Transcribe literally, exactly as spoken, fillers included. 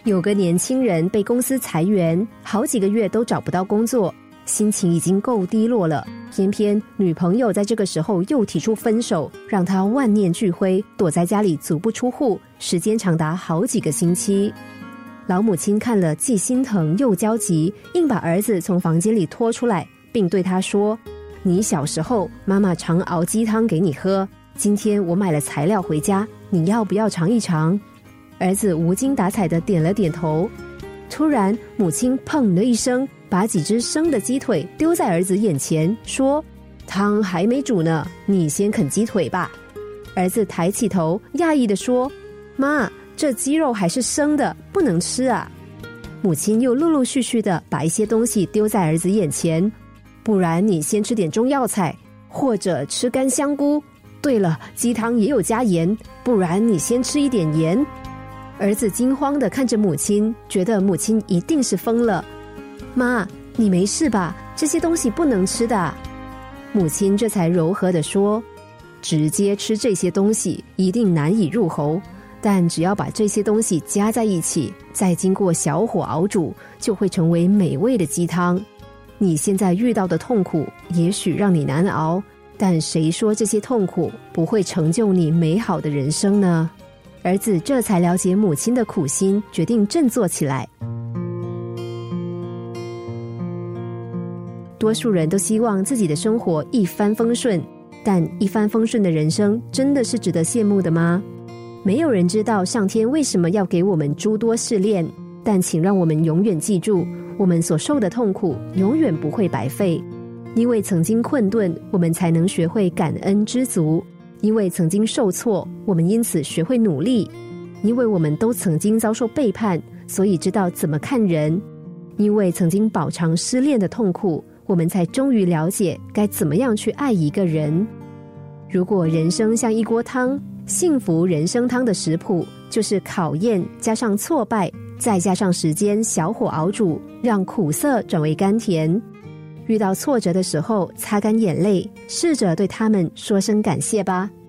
有个年轻人被公司裁员，好几个月都找不到工作，心情已经够低落了，偏偏女朋友在这个时候又提出分手，让他万念俱灰，躲在家里足不出户，时间长达好几个星期。老母亲看了既心疼又焦急，硬把儿子从房间里拖出来，并对他说：你小时候妈妈常熬鸡汤给你喝，今天我买了材料回家，你要不要尝一尝？儿子无精打采地点了点头。突然母亲砰的一声，把几只生的鸡腿丢在儿子眼前，说：汤还没煮呢，你先啃鸡腿吧。儿子抬起头讶异地说：妈，这鸡肉还是生的，不能吃啊。母亲又陆陆续续地把一些东西丢在儿子眼前，不然你先吃点中药材，或者吃干香菇，对了，鸡汤也有加盐，不然你先吃一点盐。儿子惊慌地看着母亲，觉得母亲一定是疯了。妈，你没事吧？这些东西不能吃的。母亲这才柔和地说：直接吃这些东西一定难以入喉，但只要把这些东西加在一起，再经过小火熬煮，就会成为美味的鸡汤。你现在遇到的痛苦也许让你难熬，但谁说这些痛苦不会成就你美好的人生呢？儿子这才了解母亲的苦心，决定振作起来。多数人都希望自己的生活一帆风顺，但一帆风顺的人生真的是值得羡慕的吗？没有人知道上天为什么要给我们诸多试炼，但请让我们永远记住，我们所受的痛苦永远不会白费。因为曾经困顿，我们才能学会感恩知足；因为曾经受挫，我们因此学会努力；因为我们都曾经遭受背叛，所以知道怎么看人；因为曾经饱尝失恋的痛苦，我们才终于了解该怎么样去爱一个人。如果人生像一锅汤，幸福人生汤的食谱就是考验加上挫败，再加上时间小火熬煮，让苦涩转为甘甜。遇到挫折的时候，擦干眼泪，试着对他们说声感谢吧。